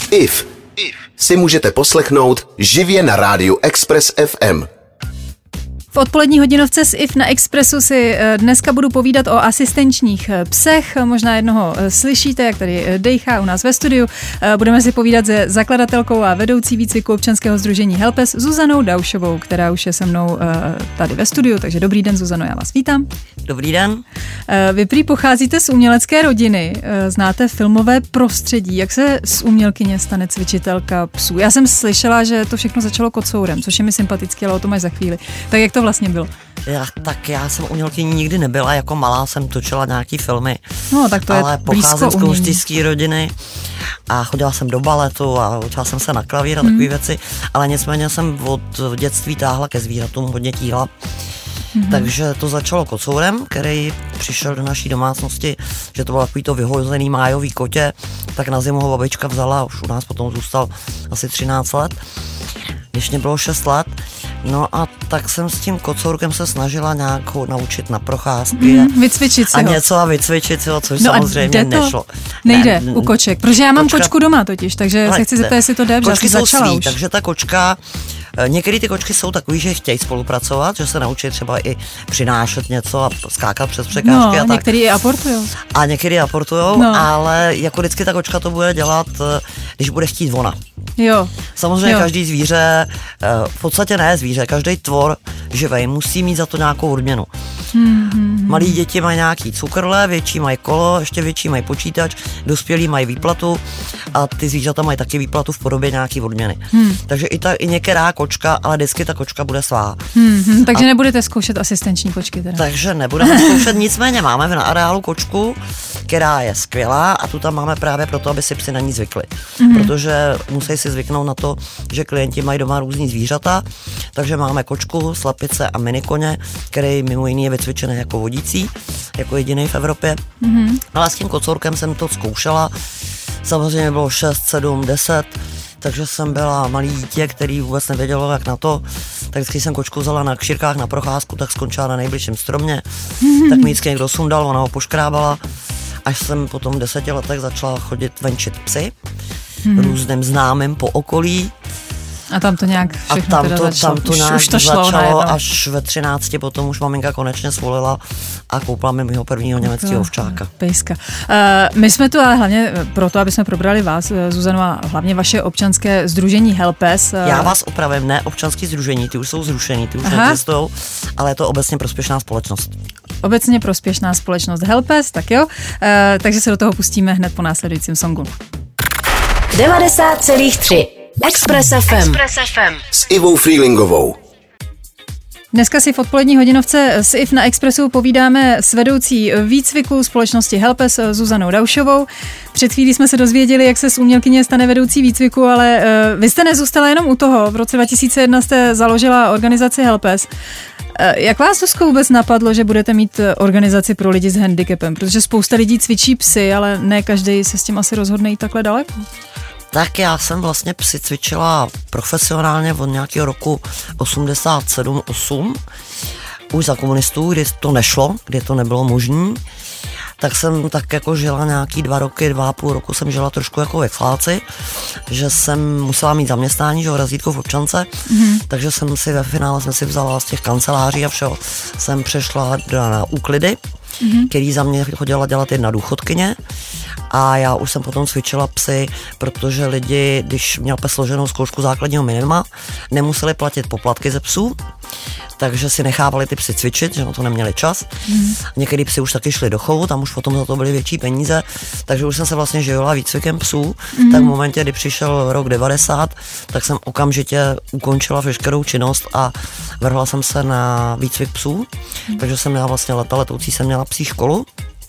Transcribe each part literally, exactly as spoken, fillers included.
If si můžete poslechnout živě na rádiu Express F M. V odpolední hodinovce s If na Expressu si dneska budu povídat o asistenčních psech. Možná jednoho slyšíte, jak tady dejchá u nás ve studiu. Budeme si povídat se zakladatelkou a vedoucí výcviku občanského sdružení Helpes Zuzanou Daušovou, která už je se mnou tady ve studiu. Takže dobrý den, Zuzano, já vás vítám. Dobrý den. Vy prý pocházíte z umělecké rodiny, znáte filmové prostředí. Jak se z umělkyně stane cvičitelka psů? Já jsem slyšela, že to všechno začalo kocourem, což je mi sympatické, ale o tom až za chvíli. Tak jak to vlastně bylo? Já, tak já jsem umělkyní nikdy nebyla, jako malá jsem točila nějaký filmy, no, tak to ale je pocházím z koustické rodiny a chodila jsem do baletu a učila jsem se na klavír a takové hmm. věci, ale nicméně jsem od dětství táhla ke zvířatům, hodně tíhla. Mm-hmm. Takže to začalo kocourem, který přišel do naší domácnosti, že to bylo takový to vyhozený májový kotě, tak na zimu ho babička vzala a už u nás potom zůstal asi třináct let, když mě bylo šest let. No a tak jsem s tím kocourkem se snažila nějak ho naučit na procházky a, mm, vycvičit si a ho. něco a vycvičit si ho, což no samozřejmě nešlo. Nejde ne, u koček, protože já mám kočka, kočku doma totiž, takže se chci zeptat, jestli to jde, že kočky jsem začala svý, už. Takže ta kočka, některé ty kočky jsou takový, že chtějí spolupracovat, že se naučí třeba i přinášet něco a skákat přes překážky no, a tak. některý i aportujou. A některý aportujou, no. Ale jako vždycky ta kočka to bude dělat, když bude chtít ona. Jo. Samozřejmě jo. Každý zvíře, v podstatě ne zvíře, každý tvor živej musí mít za to nějakou odměnu. Hmm. Malí děti mají nějaký cukrle, větší mají kolo, ještě větší mají počítač, dospělí mají výplatu a ty zvířata mají taky výplatu v podobě nějaký odměny. Hmm. Takže i ta i některá kočka, ale vždycky ta kočka bude svá. Hmm. Takže a, nebudete zkoušet asistenční kočky teda. Takže nebudeme zkoušet, nicméně máme na areálu kočku, která je skvělá a tu tam máme právě proto, aby si psi na ní zvykli. Hmm. Protože musí si zvyknout na to, že klienti mají doma různý zvířata, takže máme kočku, slepice a minikoně, který mimo jiný je vycvičený jako vodící, jako jediný v Evropě. Mm-hmm. Ale s tím kocourkem jsem to zkoušela. Samozřejmě bylo šest, sedm, deset, takže jsem byla malý dítě, který vůbec nevědělo, jak na to. Tak vždycky jsem kočku vzala na kšírkách na procházku, tak skončila na nejbližším stromě. Mm-hmm. Tak mi vždycky někdo sundal, ona ho poškrábala. Až jsem potom v deseti letech začala chodit venčit psy, mm-hmm. různým známým po okolí. A tam to nějak všechno a tam teda to, začalo. Tam to už, nějak už to šlo začalo najednou. Až ve třinácti, potom už maminka konečně svolila a koupila mi mého prvního německého ovčáka. Pejska. Uh, my jsme tu ale hlavně proto, aby jsme probrali vás, Zuzano, a hlavně vaše občanské sdružení Helpes. Uh... Já vás opravím, ne občanské sdružení, ty už jsou zrušený, ty už neexistujou, ale je to obecně prospěšná společnost. Obecně prospěšná společnost Helpes, tak jo. Uh, takže se do toho pustíme hned po následujícím songu. devadesát celá tři Express F M. Express F M s Ivou Freelingovou. Dneska si v odpolední hodinovce s If na Expressu povídáme s vedoucí výcviku společnosti Helpes Zuzanou Daušovou. Před chvílí jsme se dozvěděli, jak se z umělkyně stane vedoucí výcviku, ale uh, vy jste nezůstala jenom u toho. V roce dva tisíce jedna jste založila organizaci Helpes. Uh, jak vás Zuzko vůbec napadlo, že budete mít organizaci pro lidi s handicapem? Protože spousta lidí cvičí psy, ale ne každý se s tím asi rozhodne jít takhle daleko. Tak já jsem vlastně psy cvičila profesionálně od nějakého roku osmdesát sedm osm, už za komunistů, kdy to nešlo, kdy to nebylo možné. Tak jsem tak jako žila nějaký dva roky, dva a půl roku jsem žila trošku jako ve chláci, že jsem musela mít zaměstnání, že ho razítko v občance, mm-hmm. takže jsem si ve finále jsem si vzala z těch kanceláří a všeho, jsem přešla na, na úklidy, mm-hmm. který za mě chodila dělat jedna důchodkyně. A já už jsem potom cvičila psy, protože lidi, když měl pes složenou zkoušku základního minima, nemuseli platit poplatky ze psů, takže si nechávali ty psy cvičit, že na to neměli čas. Mm. Některý psy už taky šli do chovu, tam už potom za to byly větší peníze, takže už jsem se vlastně živila výcvikem psů. Mm. Tak v momentě, kdy přišel rok devadesát, tak jsem okamžitě ukončila veškerou činnost a vrhla jsem se na výcvik psů, mm. takže jsem měla vlastně leta letoucí, jsem měla psí školu.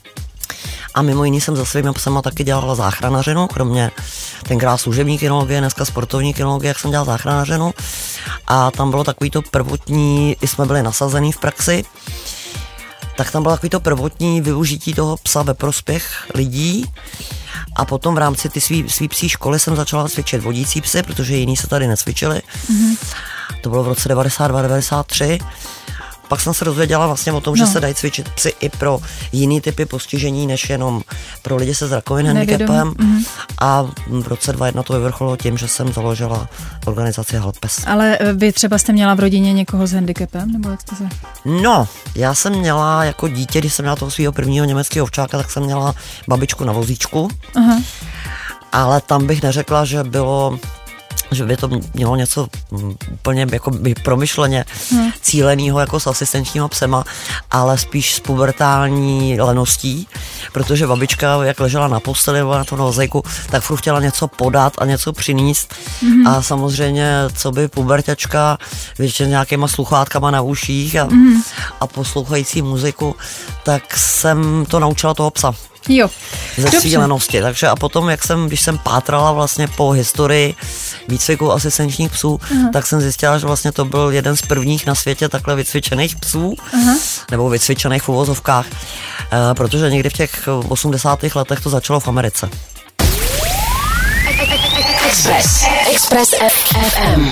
A mimo jiný jsem za svýma psama taky dělala záchranařinu, kromě tenkrát služební kinologie, dneska sportovní kinologie, jak jsem dělala záchranařinu. A tam bylo takový to prvotní, i jsme byli nasazený v praxi, tak tam bylo takový to prvotní využití toho psa ve prospěch lidí. A potom v rámci ty svý, svý psí školy jsem začala cvičit vodící psy, protože jiní se tady necvičili. Mm-hmm. To bylo v roce devadesát dva devadesát tři. pak jsem se dozvěděla vlastně o tom, že No. se dají cvičit psy i pro jiný typy postižení, než jenom pro lidi se zrakovým handicapem. Mhm. A v roce dva tisíce jedna to vyvrcholilo tím, že jsem založila organizaci Helpes. Ale vy třeba jste měla v rodině někoho s handicapem? Nebo jak jste se... No, já jsem měla jako dítě, když jsem měla toho svého prvního německého ovčáka, tak jsem měla babičku na vozíčku. Aha. Ale tam bych neřekla, že bylo, že by to mělo něco mm, úplně jako by promyšleně hmm. cílenýho jako s asistenčníma psema, ale spíš s pubertální leností, protože babička, jak ležela na posteli nebo na tom vozejku, tak furt chtěla něco podat a něco přinést. Hmm. A samozřejmě, co by puberťačka, většině nějakýma sluchátkama na uších a, hmm. a poslouchající muziku, tak jsem to naučila toho psa. Jo. Ze cílenosti. Takže a potom, jak jsem, když jsem pátrala vlastně po historii výcviku asistenčních psů, aha. tak jsem zjistila, že vlastně to byl jeden z prvních na světě takhle vycvičených psů, aha. nebo vycvičených v uvozovkách, e, protože někdy v těch osmdesátých letech to začalo v Americe. Express. Express F M.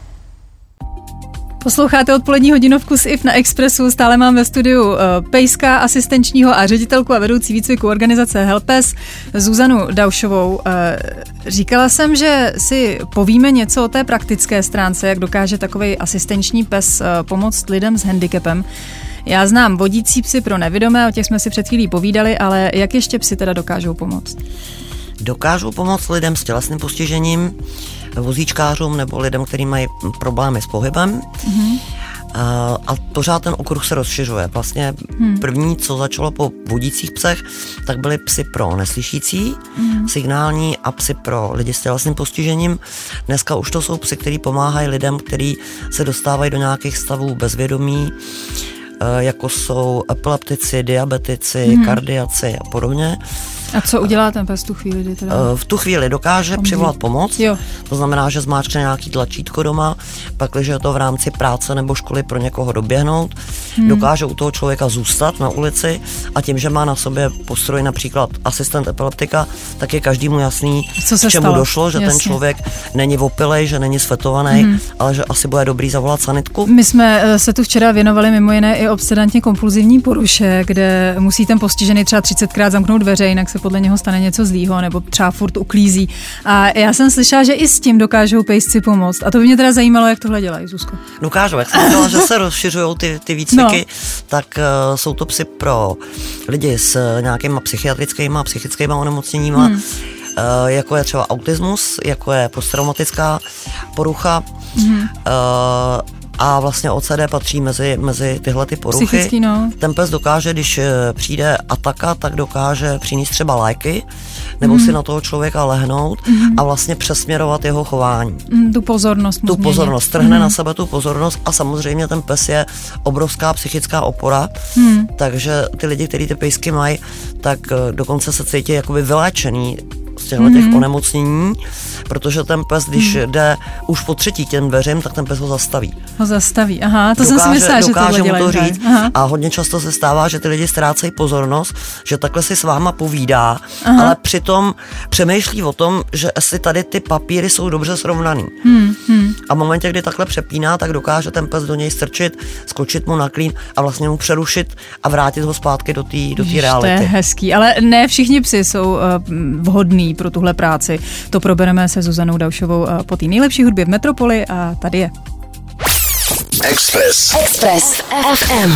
Posloucháte odpolední hodinovku s I F na Expressu. Stále mám ve studiu uh, pejska, asistenčního a ředitelku a vedoucí výcviku organizace Helpes Zuzanu Daušovou. Uh, říkala jsem, že si povíme něco o té praktické stránce, jak dokáže takovej asistenční pes uh, pomoct lidem s handicapem. Já znám vodící psy pro nevidomé, o těch jsme si před chvílí povídali, ale jak ještě psy teda dokážou pomoct? Dokážou pomoct lidem s tělesným postižením, vozíčkářům nebo lidem, kteří mají problémy s pohybem. Mm-hmm. A, a pořád ten okruh se rozšiřuje. Vlastně hmm. první, co začalo po vodících psech, tak byly psy pro neslyšící, hmm. signální a psy pro lidi s tělesným postižením. Dneska už to jsou psy, kteří pomáhají lidem, kteří se dostávají do nějakých stavů bezvědomí, jako jsou epileptici, diabetici, hmm. kardiaci a podobně. A co udělá ten pes v tu chvíli? Teda? V tu chvíli dokáže Pomůže. přivolat pomoc, jo. To znamená, že zmáčkne nějaký tlačítko doma, pak, když je to v rámci práce nebo školy pro někoho doběhnout, hmm. dokáže u toho člověka zůstat na ulici a tím, že má na sobě postroj například asistent epileptika, tak je každému jasný, co se k čemu stalo? došlo, že Jasně. ten člověk není opilej, že není svetovaný, hmm. ale že asi bude dobrý zavolat sanitku. My jsme se tu včera věnovali mimo jiné i obsedantně kompulzivní poruše, kde musí ten postižený třeba třicetkrát zamknout dveře, jinak se podle něho stane něco zlýho, nebo třeba furt uklízí. A já jsem slyšela, že i s tím dokážou pejsci pomoct. A to by mě teda zajímalo, jak tohle dělají, Zuzko. Dokážou, jak jsem říkala, že se rozšiřují ty, ty výcviky, no. tak uh, jsou to psy pro lidi s nějakýma psychiatrickýma, psychickýma onemocněníma, hmm. uh, jako je třeba autismus, jako je posttraumatická porucha, hmm. uh, a vlastně O C D patří mezi, mezi tyhle ty poruchy. Psychický, no. Ten pes dokáže, když přijde ataka, tak dokáže přinést třeba lajky, nebo mm. si na toho člověka lehnout mm. a vlastně přesměrovat jeho chování. Mm, tu pozornost. Tu pozornost, trhne mm. na sebe tu pozornost a samozřejmě ten pes je obrovská psychická opora, mm. takže ty lidi, kteří ty pejsky mají, tak dokonce se cítí jakoby vyléčený z těchto mm. těch onemocnění, protože ten pes, když mm. jde už po třetí těm dveřím, tak ten pes ho zastaví. Ho zastaví, aha, to dokáže, jsem si myslela, že dokáže tohle mu to dělají. říct a hodně často se stává, že ty lidi ztrácejí pozornost, že takhle si s váma povídá, aha. ale přitom přemýšlí o tom, že jestli tady ty papíry jsou dobře srovnaný. Hmm, hmm. A v momentě, kdy takhle přepíná, tak dokáže ten pes do něj strčit, skočit mu na klín a vlastně mu přerušit a vrátit ho zpátky do té do té reality. To je hezký, ale ne všichni psi jsou uh, vhodní pro tuhle práci. To probereme se Zuzanou Daušovou uh, po té nejlepší hudbě v Metropoli a tady je. Express. Express F M.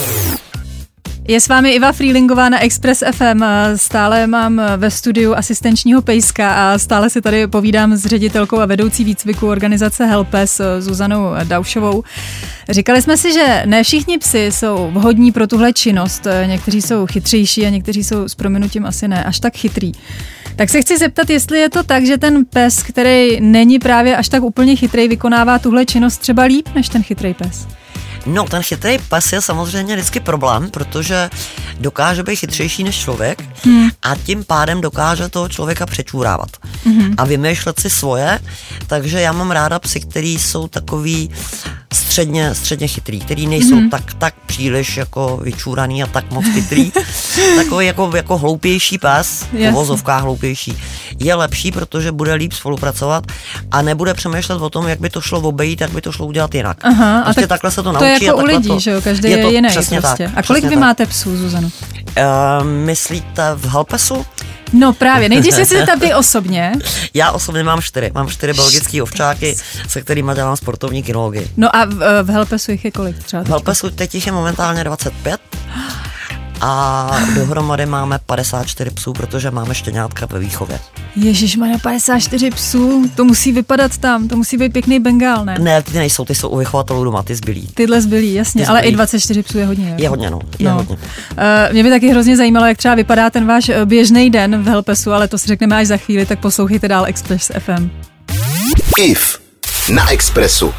Je s vámi Iva Frýlingová na Express F M. Stále mám ve studiu asistenčního pejska a stále si tady povídám s ředitelkou a vedoucí výcviku organizace Helpes Zuzanou Daušovou. Říkali jsme si, že ne všichni psi jsou vhodní pro tuhle činnost. Někteří jsou chytřejší a někteří jsou s prominutím asi ne až tak chytrý. Tak se chci zeptat, jestli je to tak, že ten pes, který není právě až tak úplně chytrý, vykonává tuhle činnost třeba líp než ten chytrý pes? No, ten chytrý pes je samozřejmě vždycky problém, protože dokáže být chytřejší než člověk hmm. a tím pádem dokáže toho člověka přečůrávat. mm-hmm. a vymýšlet si svoje, takže já mám ráda psy, který jsou takový středně, středně chytrý, který nejsou mm-hmm. tak, tak příliš jako vyčúraný a tak moc chytrý. Takový jako, jako hloupější pes, v uvozovkách hloupější, je lepší, protože bude líp spolupracovat a nebude přemýšlet o tom, jak by to šlo obejít, jak by to šlo udělat jinak. Aha, prostě tak takhle se to naučí. naučí. To je jako u lidí, to, že jo, každý je, je to, jiný. Přesně prostě. tak. A kolik vy tak. máte psů, Zuzano? Uh, myslíte v Helpesu? No právě, nejdřív si si vy osobně. Já osobně mám čtyři. Mám čtyři belgický ovčáky, se kterými dělám sportovní kinologii. No a v, v Helpesu jich je kolik třeba? V Helpesu teď jich je momentálně dvacet pět a dohromady máme padesát čtyři psů, protože máme štěňátka ve výchově. Ježišmarja, padesát čtyři psů, to musí vypadat tam, to musí být pěkný Bengál, ne? Ne, ty nejsou, ty jsou u vychovatelů doma, ty zbylí. Tyhle zbylí, jasně, ty ale zbylí. I dvacet čtyři psů je hodně. Je hodně, no, je no. hodně. Uh, mě by taky hrozně zajímalo, jak třeba vypadá ten váš běžný den v Helpesu, ale to si řekneme až za chvíli, tak poslouchejte dál Express F M. I F na Expressu.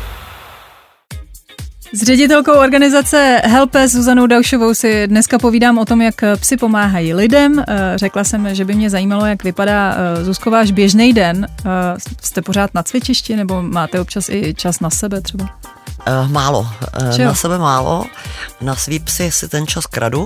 S ředitelkou organizace Helpes Zuzanou Daušovou si dneska povídám o tom, jak psi pomáhají lidem. Řekla jsem, že by mě zajímalo, jak vypadá, Zuzko, váš běžný den. Jste pořád na cvičišti nebo máte občas i čas na sebe třeba? Uh, málo. Uh, na na sebe málo. Na svý psy si ten čas kradu.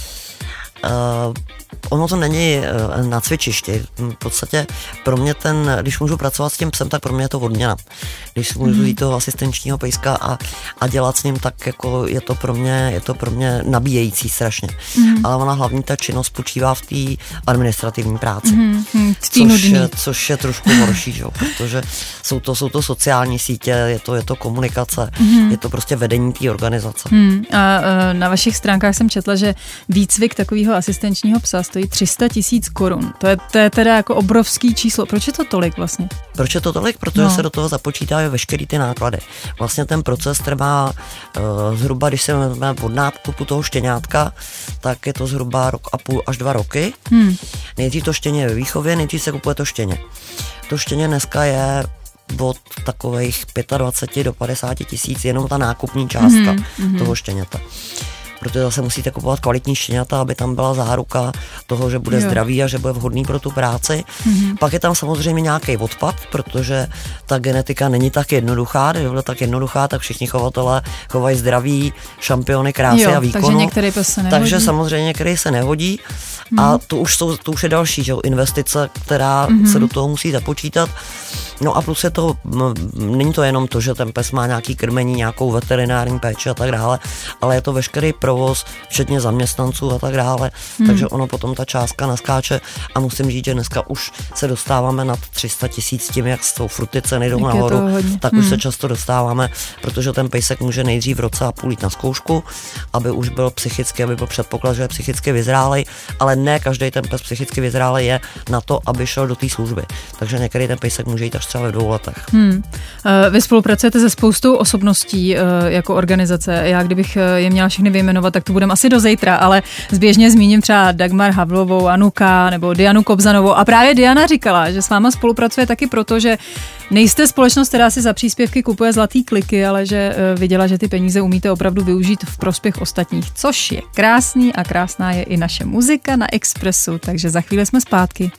Uh, ono to není uh, na cvičišti. V podstatě pro mě ten, když můžu pracovat s tím psem, tak pro mě je to odměna. Když můžu jít toho asistenčního pejska a, a dělat s ním, tak jako je to pro mě, je to pro mě nabíjející strašně. Mm. Ale ona hlavní ta činnost spočívá v té administrativní práci. Mm. Což, je, což je trošku horší, že? Protože jsou to, jsou to sociální sítě, je to, je to komunikace, mm. je to prostě vedení té organizace. Mm. A na vašich stránkách jsem četla, že výcvik takového asistenčního psa stojí tři sta tisíc korun. To je, to je teda jako obrovský číslo. Proč je to tolik vlastně? Proč je to tolik? Protože no. se do toho započítají veškerý ty náklady. Vlastně ten proces trvá uh, zhruba, když se vezme od nákupu toho štěňátka, tak je to zhruba rok a půl až dva roky. Hmm. Nejdřív to štěně je ve výchově, nejdřív se kupuje to štěně. To štěně dneska je od takových dvacet pět do padesáti tisíc jenom ta nákupní částka hmm. toho štěněta. Protože zase musíte kupovat kvalitní štěňata, aby tam byla záruka toho, že bude jo. zdravý a že bude vhodný pro tu práci. Mm-hmm. Pak je tam samozřejmě nějaký odpad, protože ta genetika není tak jednoduchá. Kdyby byla tak jednoduchá, tak všichni chovatelé chovají zdraví, šampiony krásy jo, a výkonu. Takže některý pes se nehodí. Takže samozřejmě některý se nehodí. Mm-hmm. A to už, jsou, to už je další, že investice, která mm-hmm. se do toho musí započítat. No a plus je to, není to jenom to, že ten pes má nějaký krmení, nějakou veterinární péči a tak dále, ale je to veškerý provoz, včetně zaměstnanců a tak dále, hmm. takže ono potom ta částka naskáče a musím říct, že dneska už se dostáváme nad tři sta tisíc tím, jak jsou fruty ceny jdou nahoru, tak hmm. už se často dostáváme, protože ten pejsek může nejdřív v roce a půl jít na zkoušku, aby už byl psychicky, aby byl předpoklad, že je psychicky vyzrálej, ale ne každý ten pes psychicky vyzrálej je na to, aby šel do té služby, takže některý ten pejsek může jít až třeba ve dvou letech. Hmm. Vy spolupracujete se spoustou osobností jako organizace. Já kdybych je měla všechny vyjmenovat, tak to budeme asi do zítra, ale zběžně zmíním třeba Dagmar Havlovou, Anuka nebo Dianu Kobzanovou. A právě Diana říkala, že s váma spolupracuje taky proto, že nejste společnost, která si za příspěvky kupuje zlatý kliky, ale že viděla, že ty peníze umíte opravdu využít v prospěch ostatních, což je krásný a krásná je i naše muzika na Expressu, takže za chvíli jsme zpátky.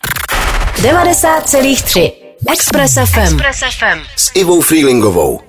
devadesát celá tři Express F M. Express F M. S Ivou Freelingovou.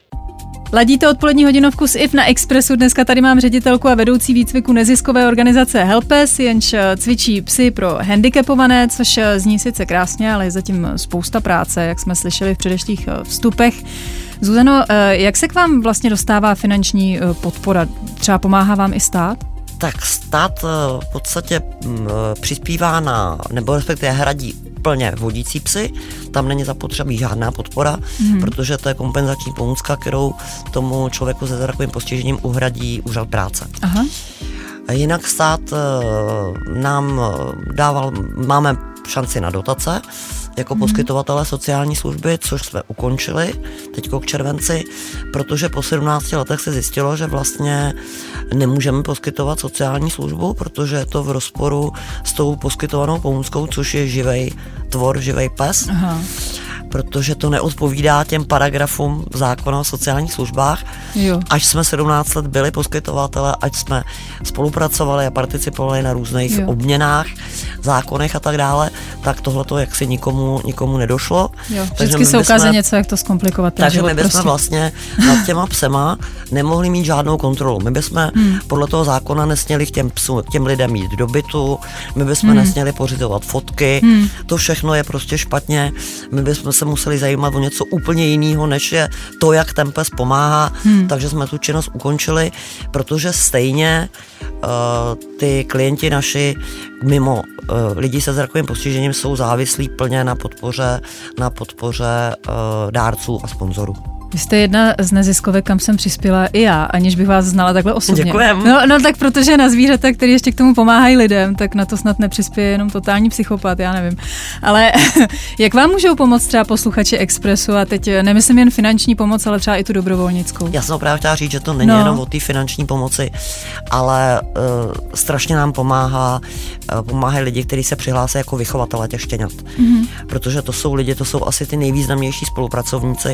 Ladíte odpolední hodinovku s I F na Expressu. Dneska tady mám ředitelku a vedoucí výcviku neziskové organizace Helpes, jenž cvičí psy pro handicapované, což zní sice krásně, ale je zatím spousta práce, jak jsme slyšeli v předešlých vstupech. Zuzano, jak se k vám vlastně dostává finanční podpora? Třeba pomáhá vám i stát? Tak stát v podstatě přispívá na, nebo respektive hradí plně vodící psy, tam není zapotřebí žádná podpora, mm. protože to je kompenzační pomůcka, kterou tomu člověku se zrakovým postižením uhradí úřad práce. Aha. Jinak stát nám dával, máme šanci na dotace jako mm. poskytovatelé sociální služby, což jsme ukončili teďko k červenci, protože po sedmnácti letech se zjistilo, že vlastně nemůžeme poskytovat sociální službu, protože je to v rozporu s tou poskytovanou pomůckou, což je živej tvor, živej pes. Aha. protože to neodpovídá těm paragrafům zákona o sociálních službách. Jo. Až jsme sedmnáct let byli poskytovatele, ať jsme spolupracovali a participovali na různých jo. obměnách, zákonech a tak dále, tak tohleto jaksi nikomu, nikomu nedošlo. Jo. Vždycky se ukáže jsme, něco, jak to zkomplikovat. Takže život, my bychom prostě. vlastně nad těma psema nemohli mít žádnou kontrolu. My bychom hmm. podle toho zákona nesměli k těm psům, k těm lidem jít do bytu, my bychom hmm. nesměli pořizovat fotky, hmm. to všechno je prostě špatně. My bychom se museli zajímat o něco úplně jiného, než je to, jak ten pes pomáhá, hmm. takže jsme tu činnost ukončili, protože stejně uh, ty klienti naši mimo uh, lidi se zrakovým postižením jsou závislí plně na podpoře, na podpoře uh, dárců a sponzorů. Vy jste jedna z neziskovek, kam jsem přispěla i já, aniž bych vás znala takhle osobně. Děkujem. No, no tak protože na zvířata, který ještě k tomu pomáhají lidem, tak na to snad nepřispěje jenom totální psychopat, já nevím. Ale jak vám můžou pomoct třeba posluchači Expressu, a teď nemyslím jen finanční pomoc, ale třeba i tu dobrovolnickou? Já jsem opravdu chtěla říct, že to není no. jenom o té finanční pomoci, ale uh, strašně nám pomáhá, uh, pomáhají lidi, kteří se přihlásí jako vychovatelé těch štěňat. Mm-hmm. Protože to jsou lidi, to jsou asi ty nejvýznamnější spolupracovníci,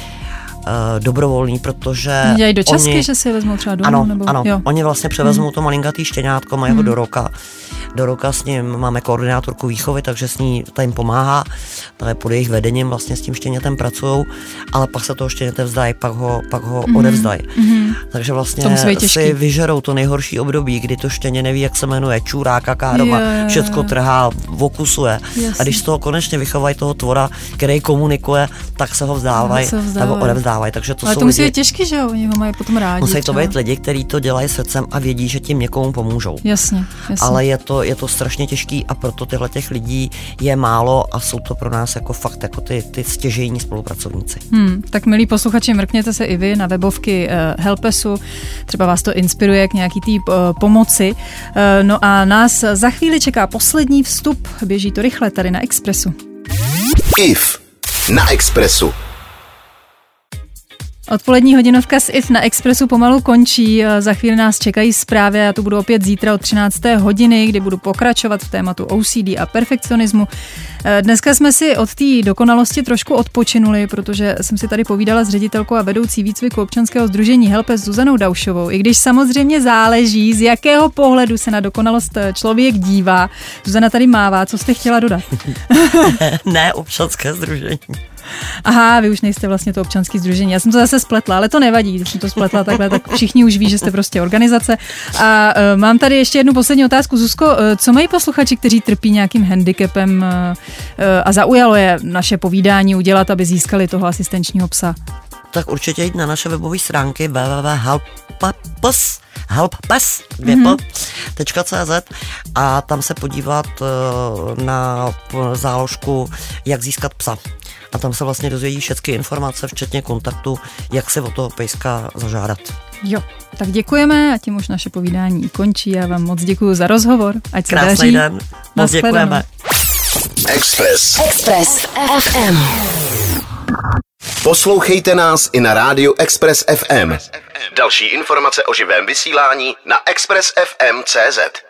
dobrovolný, protože dělají dočasky, oni, že si je vezmou třeba domů? Ano, nebo, ano. Jo. Oni vlastně převezmou hmm. to malinkatý štěňátko, mají hmm. ho do roka. Do roka s ním máme koordinátorku výchovy, takže s ní ta jim pomáhá, takže pod jejich vedením vlastně s tím štěnětem pracujou, ale pak se toho štěněte vzdají, pak ho, pak ho hmm. odevzdají. Hmm. Takže vlastně si vyžerou to nejhorší období, kdy to štěně neví, jak se jmenuje, čůrá, kaká doma, všecko trhá, vokusuje. Jasně. A když z toho konečně vychovají toho tvora, který komunikuje, tak se ho vzdávají, nebo odevzdávají. Takže to ale jsou to musí lidi, být těžký, že jo? Oni ho mají potom rádi. musí to být lidi, kteří to dělají srdcem a vědí, že tím někomu pomůžou. Jasně, jasně. Ale je to, je to strašně těžký a proto tyhle těch lidí je málo a jsou to pro nás jako fakt jako ty, ty stěžejní spolupracovníci. Hmm, tak milí posluchači, mrkněte se i vy na webovky uh, Helpesu, třeba vás to inspiruje k nějaký tý uh, pomoci. Uh, no a nás za chvíli čeká poslední vstup, běží to rychle tady na Expressu. I F na Expressu. Odpolední hodinovka s I F na Expressu pomalu končí. Za chvíli nás čekají zprávy. Já tu budu opět zítra od třinácté hodiny, kdy budu pokračovat v tématu O C D a perfekcionismu. Dneska jsme si od té dokonalosti trošku odpočinuli, protože jsem si tady povídala s ředitelkou a vedoucí výcviku občanského sdružení Helpes Zuzanou Daušovou. I když samozřejmě záleží, z jakého pohledu se na dokonalost člověk dívá. Zuzana tady mává. Co jste chtěla dodat? Ne, občanské sdružení. Aha, vy už nejste vlastně to občanské sdružení. Já jsem to zase spletla, ale to nevadí, když jsem to spletla takhle, tak všichni už ví, že jste prostě organizace. A uh, mám tady ještě jednu poslední otázku. Zuzko, uh, co mají posluchači, kteří trpí nějakým handicapem uh, uh, a zaujalo je naše povídání udělat, aby získali toho asistenčního psa? Tak určitě jít na naše webové stránky w w w tečka helppes helppes tečka c z a tam se podívat uh, na záložku jak získat psa. A tam se vlastně dozvědí všechny informace, včetně kontaktu, jak se o toho pejska zažádat. Jo, tak děkujeme a tím už naše povídání končí. Já vám moc děkuji za rozhovor. Ať se krásný daří. Den. Moc děkujeme. Express. Express F M. Poslouchejte nás i na rádiu Express F M. Další informace o živém vysílání na express f m tečka c z.